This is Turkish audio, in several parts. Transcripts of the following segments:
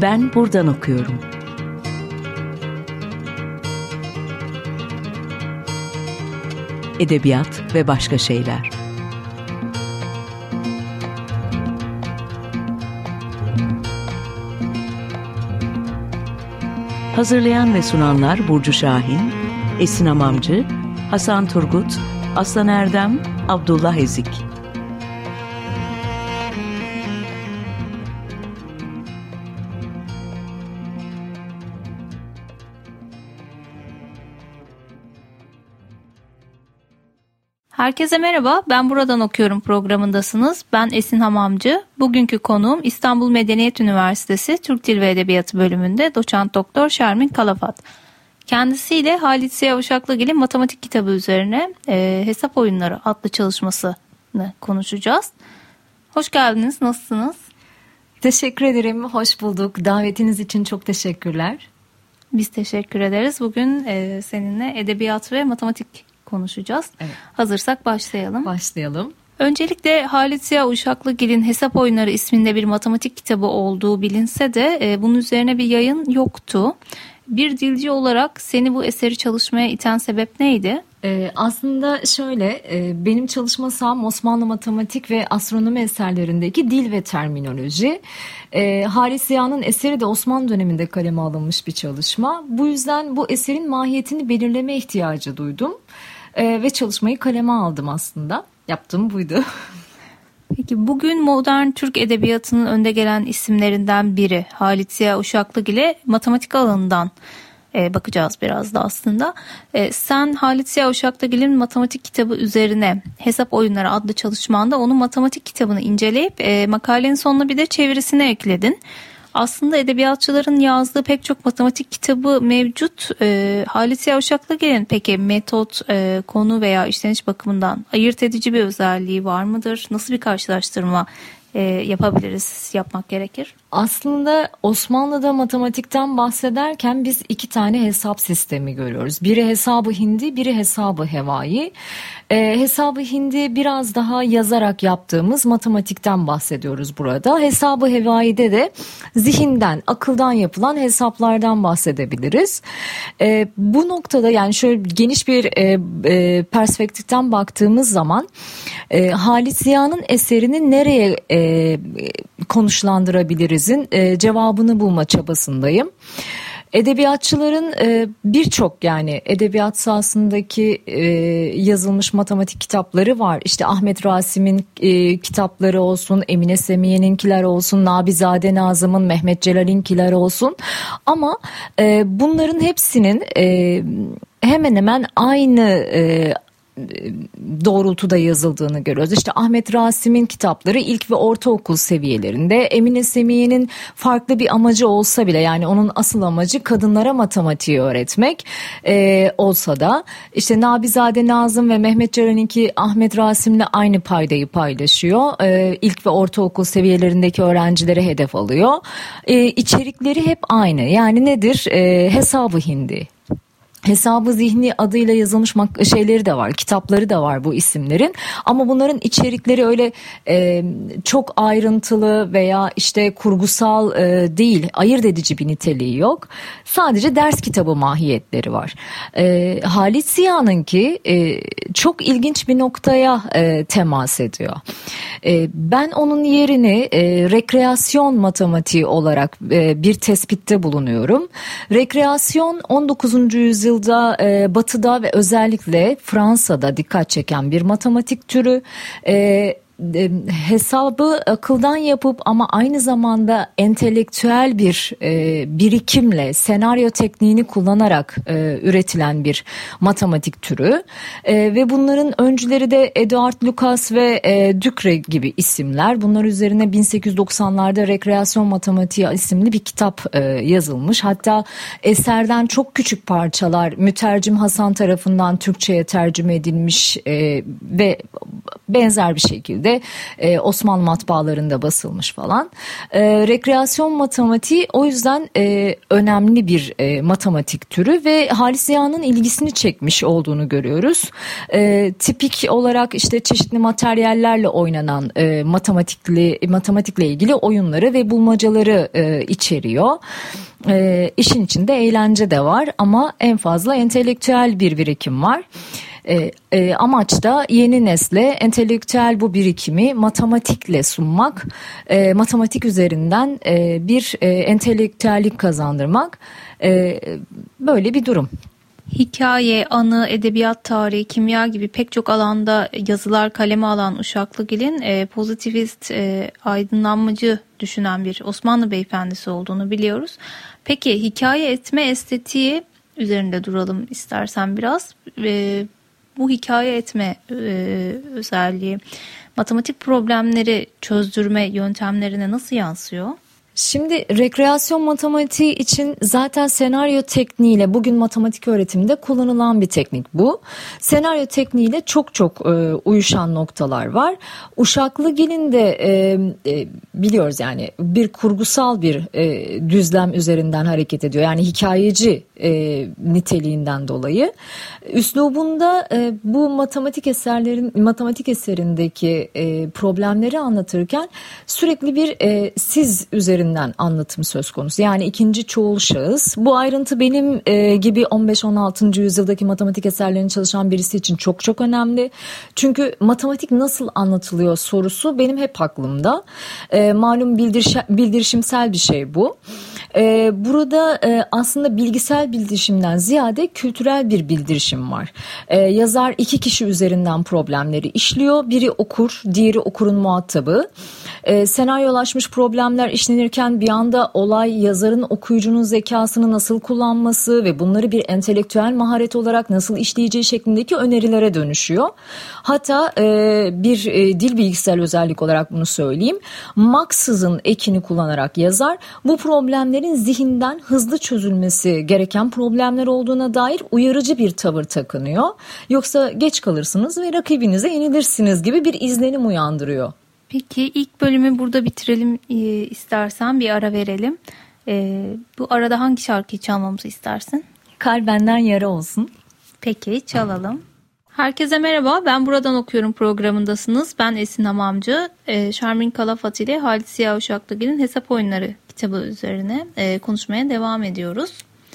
Ben buradan okuyorum. Edebiyat ve başka şeyler. Hazırlayan ve sunanlar Burcu Şahin, Esin Hamamcı, Hasan Turgut, Aslan Erdem, Abdullah Ezik. Herkese merhaba, ben buradan okuyorum programındasınız. Ben Esin Hamamcı. Bugünkü konuğum İstanbul Medeniyet Üniversitesi Türk Dil ve Edebiyatı bölümünde doçent doktor Şermin Kalafat. Kendisiyle Halit Ziya Uşaklıgil'in matematik kitabı üzerine Hesap Oyunları adlı çalışmasını konuşacağız. Hoş geldiniz, nasılsınız? Teşekkür ederim, hoş bulduk. Davetiniz için çok teşekkürler. Biz teşekkür ederiz. Bugün seninle edebiyat ve matematik konuşacağız. Evet. Hazırsak başlayalım. Başlayalım. Öncelikle Halit Ziya Uşaklıgil'in Hesap Oyunları isminde bir matematik kitabı olduğu bilinse de bunun üzerine bir yayın yoktu. Bir dilci olarak seni bu eseri çalışmaya iten sebep neydi? Aslında şöyle, benim çalışma saham Osmanlı matematik ve astronomi eserlerindeki dil ve terminoloji. Halit Ziya'nın eseri de Osmanlı döneminde kaleme alınmış bir çalışma. Bu yüzden bu eserin mahiyetini belirleme ihtiyacı duydum. Ve çalışmayı kaleme aldım aslında. Yaptığım buydu. Peki bugün modern Türk edebiyatının önde gelen isimlerinden biri Halit Ziya Uşaklıgil'e matematik alanından bakacağız biraz da aslında. Sen Halit Ziya Uşaklıgil'in matematik kitabı üzerine Hesap Oyunları adlı çalışmanda onun matematik kitabını inceleyip makalenin sonuna bir de çevirisini ekledin. Aslında edebiyatçıların yazdığı pek çok matematik kitabı mevcut. Halit Ziya Uşaklıgil'in peki metot, konu veya işleniş bakımından ayırt edici bir özelliği var mıdır? Nasıl bir karşılaştırma yapmak gerekir? Aslında Osmanlı'da matematikten bahsederken biz iki tane hesap sistemi görüyoruz. Biri hesabı hindi, biri hesabı hevai. Hesabı hindi biraz daha yazarak yaptığımız matematikten bahsediyoruz burada. Hesabı hevaide de zihinden, akıldan yapılan hesaplardan bahsedebiliriz. Bu noktada yani şöyle geniş bir perspektiften baktığımız zaman Halit Ziya'nın eserini nereye konuşlandırabilirizin cevabını bulma çabasındayım. Edebiyatçıların birçok yani edebiyat sahasındaki yazılmış matematik kitapları var. İşte Ahmet Rasim'in kitapları olsun, Emine Semiye'ninkiler olsun, Nabizade Nazım'ın, Mehmet Celal'inkiler olsun. Ama bunların hepsinin hemen hemen aynı doğrultuda yazıldığını görüyoruz. İşte Ahmet Rasim'in kitapları ilk ve ortaokul seviyelerinde, Emine Semiye'nin farklı bir amacı olsa bile yani onun asıl amacı kadınlara matematiği öğretmek olsa da işte Nabizade Nazım ve Mehmet Celal'inki Ahmet Rasim'le aynı paydayı paylaşıyor. İlk ve ortaokul seviyelerindeki öğrencilere hedef alıyor. İçerikleri hep aynı. Yani nedir? Hesabı hindi. Hesabı zihni adıyla yazılmış şeyleri de var, kitapları da var bu isimlerin. Ama bunların içerikleri öyle çok ayrıntılı veya işte kurgusal değil, ayırt edici bir niteliği yok. Sadece ders kitabı mahiyetleri var. Halit Ziya'nınki çok ilginç bir noktaya temas ediyor. Ben onun yerini rekreasyon matematiği olarak bir tespitte bulunuyorum. Rekreasyon 19. yüzyılda Batı'da ve özellikle Fransa'da dikkat çeken bir matematik türü. Hesabı akıldan yapıp ama aynı zamanda entelektüel bir birikimle senaryo tekniğini kullanarak üretilen bir matematik türü ve bunların öncüleri de Eduard Lucas ve Ducre gibi isimler. Bunlar üzerine 1890'larda Rekreasyon Matematiği isimli bir kitap yazılmış. Hatta eserden çok küçük parçalar mütercim Hasan tarafından Türkçe'ye tercüme edilmiş ve benzer bir şekilde Osmanlı matbaalarında basılmış falan. Rekreasyon matematiği o yüzden önemli bir matematik türü ve Halis Ziya'nın ilgisini çekmiş olduğunu görüyoruz. Tipik olarak işte çeşitli materyallerle oynanan matematikle ilgili oyunları ve bulmacaları içeriyor. İşin içinde eğlence de var ama en fazla entelektüel bir birikim var. Amaç da yeni nesle entelektüel bu birikimi matematikle sunmak, matematik üzerinden bir entelektüellik kazandırmak, böyle bir durum. Hikaye, anı, edebiyat tarihi, kimya gibi pek çok alanda yazılar kaleme alan Uşaklıgil'in pozitivist, aydınlanmacı düşünen bir Osmanlı beyefendisi olduğunu biliyoruz. Peki hikaye etme estetiği üzerinde duralım istersen biraz. Bu hikaye etme özelliği matematik problemleri çözdürme yöntemlerine nasıl yansıyor? Şimdi rekreasyon matematiği için zaten senaryo tekniğiyle bugün matematik öğretiminde kullanılan bir teknik bu. Senaryo tekniğiyle çok uyuşan noktalar var. Uşaklıgil'in de biliyoruz yani bir kurgusal bir düzlem üzerinden hareket ediyor. Yani hikayeci niteliğinden dolayı. Üslubunda bu matematik eserindeki problemleri anlatırken sürekli bir siz üzerinden anlatım söz konusu. Yani ikinci çoğul şahıs. Bu ayrıntı benim gibi 15-16. yüzyıldaki matematik eserlerini çalışan birisi için çok önemli. Çünkü matematik nasıl anlatılıyor sorusu benim hep aklımda. Malum bildirişimsel bir şey bu. Burada aslında bilgisel bildirişimden ziyade kültürel bir bildirişim var. Yazar iki kişi üzerinden problemleri işliyor. Biri okur, diğeri okurun muhatabı. Senaryolaşmış problemler işlenirken bir anda olay yazarın okuyucunun zekasını nasıl kullanması ve bunları bir entelektüel maharet olarak nasıl işleyeceği şeklindeki önerilere dönüşüyor. Hatta bir dil bilgisel özellik olarak bunu söyleyeyim. Maksızın ekini kullanarak yazar bu problemlerin zihinden hızlı çözülmesi gereken problemler olduğuna dair uyarıcı bir tavır takınıyor. Yoksa geç kalırsınız ve rakibinize yenilirsiniz gibi bir izlenim uyandırıyor. Peki ilk bölümü burada bitirelim istersen bir ara verelim. Bu arada hangi şarkıyı çalmamızı istersin? Kalbenden yara olsun. Peki çalalım. Herkese merhaba, ben Buradan Okuyorum programındasınız. Ben Esin Hamamcı. Şermin Kalafat ile Halit Ziya Uşaklıgil'in Hesap Oyunları kitabı üzerine konuşmaya devam ediyoruz.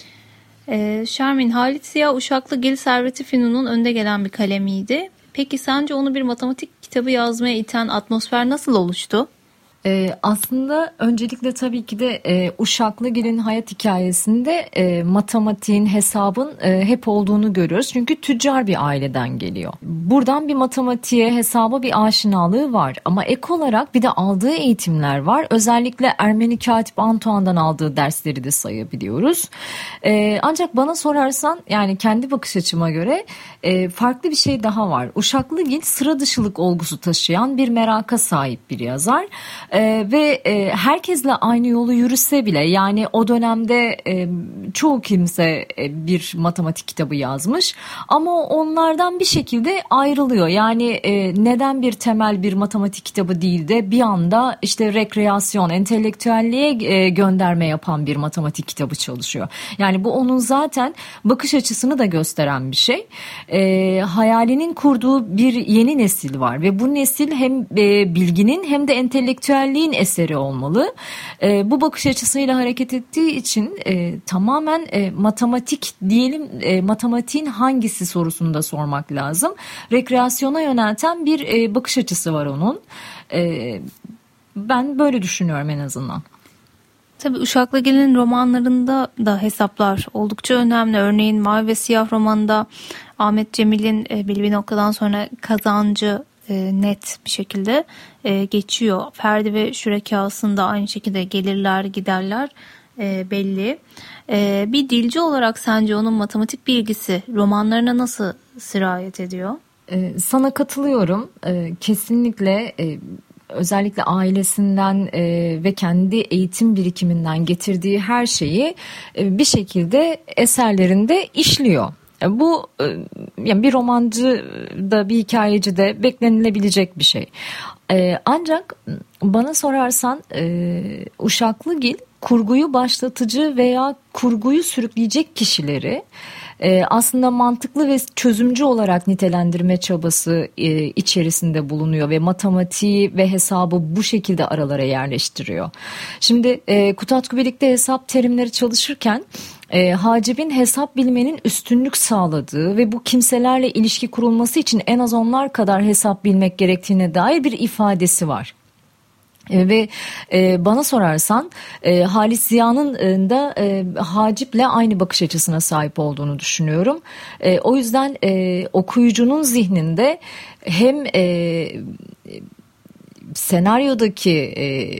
Şermin, Halit Ziya Uşaklıgil Servet-i Fünun'un önde gelen bir kalemiydi. Peki sence onu bir matematik kitabı yazmaya iten atmosfer nasıl oluştu? Aslında öncelikle tabii ki de Uşaklıgil'in hayat hikayesinde matematiğin, hesabın hep olduğunu görüyoruz. Çünkü tüccar bir aileden geliyor. Buradan bir matematiğe, hesaba bir aşinalığı var. Ama ek olarak bir de aldığı eğitimler var. Özellikle Ermeni katip Antoine'dan aldığı dersleri de sayabiliyoruz. Ancak bana sorarsan yani kendi bakış açıma göre farklı bir şey daha var. Uşaklıgil sıra dışılık olgusu taşıyan bir meraka sahip bir yazar. Ve herkesle aynı yolu yürüse bile yani o dönemde çoğu kimse bir matematik kitabı yazmış ama onlardan bir şekilde ayrılıyor. Yani neden bir temel bir matematik kitabı değil de bir anda işte rekreasyon, entelektüelliğe gönderme yapan bir matematik kitabı çalışıyor. Yani bu onun zaten bakış açısını da gösteren bir şey. Hayalinin kurduğu bir yeni nesil var ve bu nesil hem bilginin hem de entelektüelliğin eseri olmalı. Bu bakış açısıyla hareket ettiği için tamamen matematik diyelim, matematiğin hangisi sorusunu da sormak lazım. Rekreasyona yönelten bir bakış açısı var onun. Ben böyle düşünüyorum en azından. Tabii Uşaklıgil'in romanlarında da hesaplar oldukça önemli. Örneğin Mavi ve Siyah romanında Ahmet Cemil'in belli bir noktadan sonra kazancı net bir şekilde geçiyor. Ferdi ve Şürekası'nda aynı şekilde gelirler giderler belli. Bir dilci olarak sence onun matematik bilgisi romanlarına nasıl sirayet ediyor? Sana katılıyorum. Kesinlikle özellikle ailesinden ve kendi eğitim birikiminden getirdiği her şeyi bir şekilde eserlerinde işliyor. Bu yani bir romancı da bir hikayeci de beklenilebilecek bir şey. Ancak bana sorarsan Uşaklıgil kurguyu başlatıcı veya kurguyu sürükleyecek kişileri aslında mantıklı ve çözümcü olarak nitelendirme çabası içerisinde bulunuyor ve matematiği ve hesabı bu şekilde aralara yerleştiriyor. Şimdi Kutatku Birlik'te hesap terimleri çalışırken Hacib'in hesap bilmenin üstünlük sağladığı ve bu kimselerle ilişki kurulması için en az onlar kadar hesap bilmek gerektiğine dair bir ifadesi var. Ve bana sorarsan Halis Ziya'nın da Hacip'le aynı bakış açısına sahip olduğunu düşünüyorum. O yüzden okuyucunun zihninde hem senaryodaki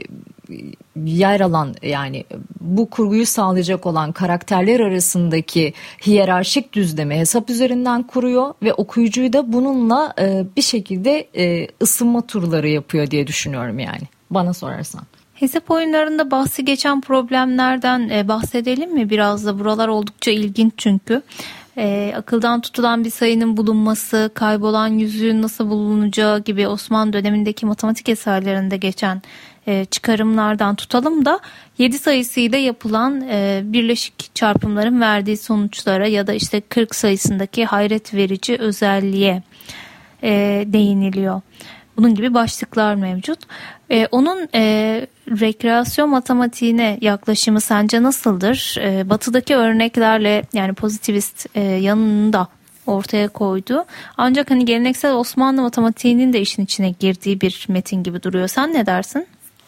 yer alan, yani bu kurguyu sağlayacak olan karakterler arasındaki hiyerarşik düzlemi hesap üzerinden kuruyor ve okuyucuyu da bununla bir şekilde ısınma turları yapıyor diye düşünüyorum yani. Bana sorarsan. Hesap oyunlarında bahsi geçen problemlerden bahsedelim mi? Biraz da buralar oldukça ilginç çünkü. Akıldan tutulan bir sayının bulunması, kaybolan yüzüğün nasıl bulunacağı gibi Osmanlı dönemindeki matematik eserlerinde geçen çıkarımlardan tutalım da 7 sayısıyla yapılan birleşik çarpımların verdiği sonuçlara ya da işte 40 sayısındaki hayret verici özelliğe değiniliyor. Bunun gibi başlıklar mevcut. Onun rekreasyon matematiğine yaklaşımı sence nasıldır? Batı'daki örneklerle, yani pozitivist yanını da ortaya koydu. Ancak hani geleneksel Osmanlı matematiğinin de işin içine girdiği bir metin gibi duruyor. Sen ne dersin?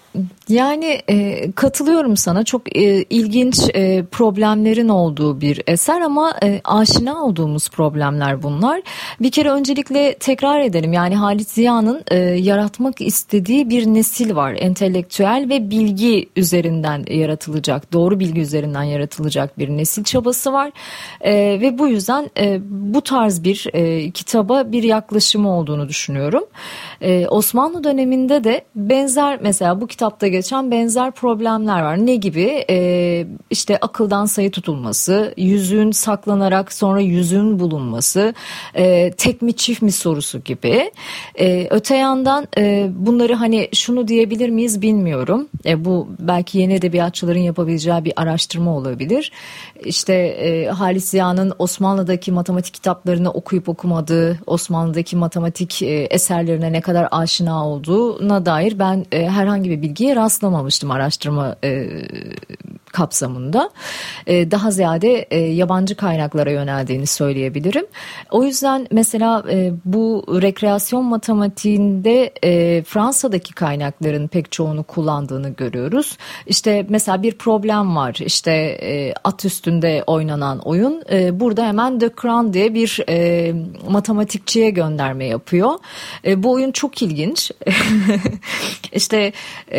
Yani katılıyorum sana, çok ilginç problemlerin olduğu bir eser ama aşina olduğumuz problemler bunlar. Bir kere öncelikle tekrar edelim, yani Halit Ziya'nın yaratmak istediği bir nesil var. Entelektüel ve bilgi üzerinden yaratılacak, doğru bilgi üzerinden yaratılacak bir nesil çabası var. Ve bu yüzden bu tarz bir kitaba bir yaklaşımı olduğunu düşünüyorum. Osmanlı döneminde de benzer, mesela bu kitapta geçen benzer problemler var. Ne gibi? İşte akıldan sayı tutulması, yüzüğün saklanarak sonra yüzüğün bulunması, tek mi çift mi sorusu gibi. Öte yandan bunları hani şunu diyebilir miyiz bilmiyorum. Bu belki yeni edebiyatçıların yapabileceği bir araştırma olabilir. İşte Halis Ziya'nın Osmanlı'daki matematik kitaplarını okuyup okumadığı, Osmanlı'daki matematik eserlerine ne kadar aşina olduğuna dair ben herhangi bir bilgiye rastlamamıştım araştırma kapsamında. Daha ziyade yabancı kaynaklara yöneldiğini söyleyebilirim. O yüzden mesela bu rekreasyon matematiğinde Fransa'daki kaynakların pek çoğunu kullandığını görüyoruz. İşte mesela bir problem var. İşte at üstünde oynanan oyun. Burada hemen De Cran diye bir matematikçiye gönderme yapıyor. Bu oyun çok ilginç. İşte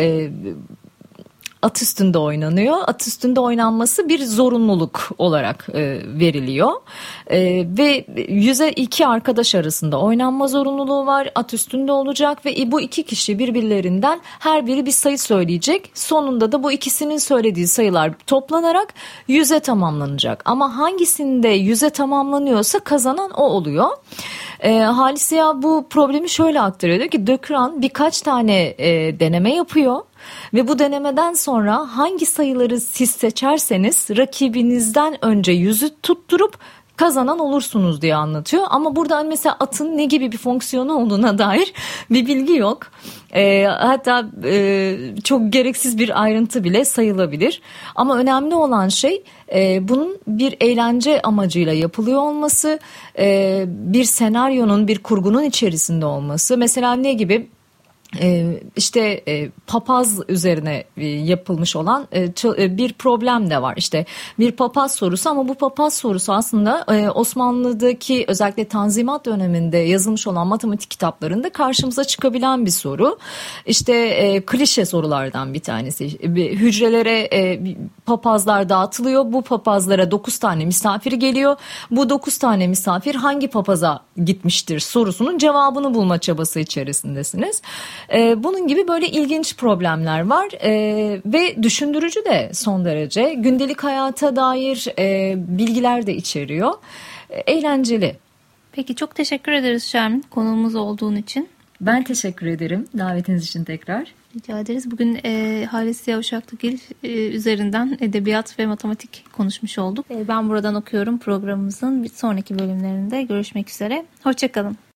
at üstünde oynanıyor. At üstünde oynanması bir zorunluluk olarak veriliyor. Ve 100'e 2 arkadaş arasında oynanma zorunluluğu var. At üstünde olacak ve bu iki kişi birbirlerinden her biri bir sayı söyleyecek. Sonunda da bu ikisinin söylediği sayılar toplanarak 100'e tamamlanacak. Ama hangisinde 100'e tamamlanıyorsa kazanan o oluyor. Halis Ziya bu problemi şöyle aktarıyor. Diyor ki De Cran birkaç tane deneme yapıyor. Ve bu denemeden sonra hangi sayıları siz seçerseniz rakibinizden önce 100'ü tutturup kazanan olursunuz diye anlatıyor. Ama burada mesela atın ne gibi bir fonksiyonu olduğuna dair bir bilgi yok. Hatta çok gereksiz bir ayrıntı bile sayılabilir. Ama önemli olan şey bunun bir eğlence amacıyla yapılıyor olması, bir senaryonun, bir kurgunun içerisinde olması. Mesela ne gibi? İşte papaz üzerine yapılmış olan bir problem de var. İşte bir papaz sorusu, ama bu papaz sorusu aslında Osmanlı'daki özellikle Tanzimat döneminde yazılmış olan matematik kitaplarında karşımıza çıkabilen bir soru. İşte klişe sorulardan bir tanesi. Hücrelere papazlar dağıtılıyor. Bu papazlara 9 tane misafir geliyor. Bu 9 tane misafir hangi papaza gitmiştir sorusunun cevabını bulma çabası içerisindesiniz. Bunun gibi böyle ilginç problemler var ve düşündürücü de son derece. Gündelik hayata dair bilgiler de içeriyor. eğlenceli. Peki çok teşekkür ederiz Şermin konuğumuz olduğun için. Ben teşekkür ederim davetiniz için tekrar. Rica ederiz. Bugün Halis Ziya Uşaklıgil üzerinden edebiyat ve matematik konuşmuş olduk. Ben buradan okuyorum programımızın bir sonraki bölümlerinde görüşmek üzere. Hoşçakalın.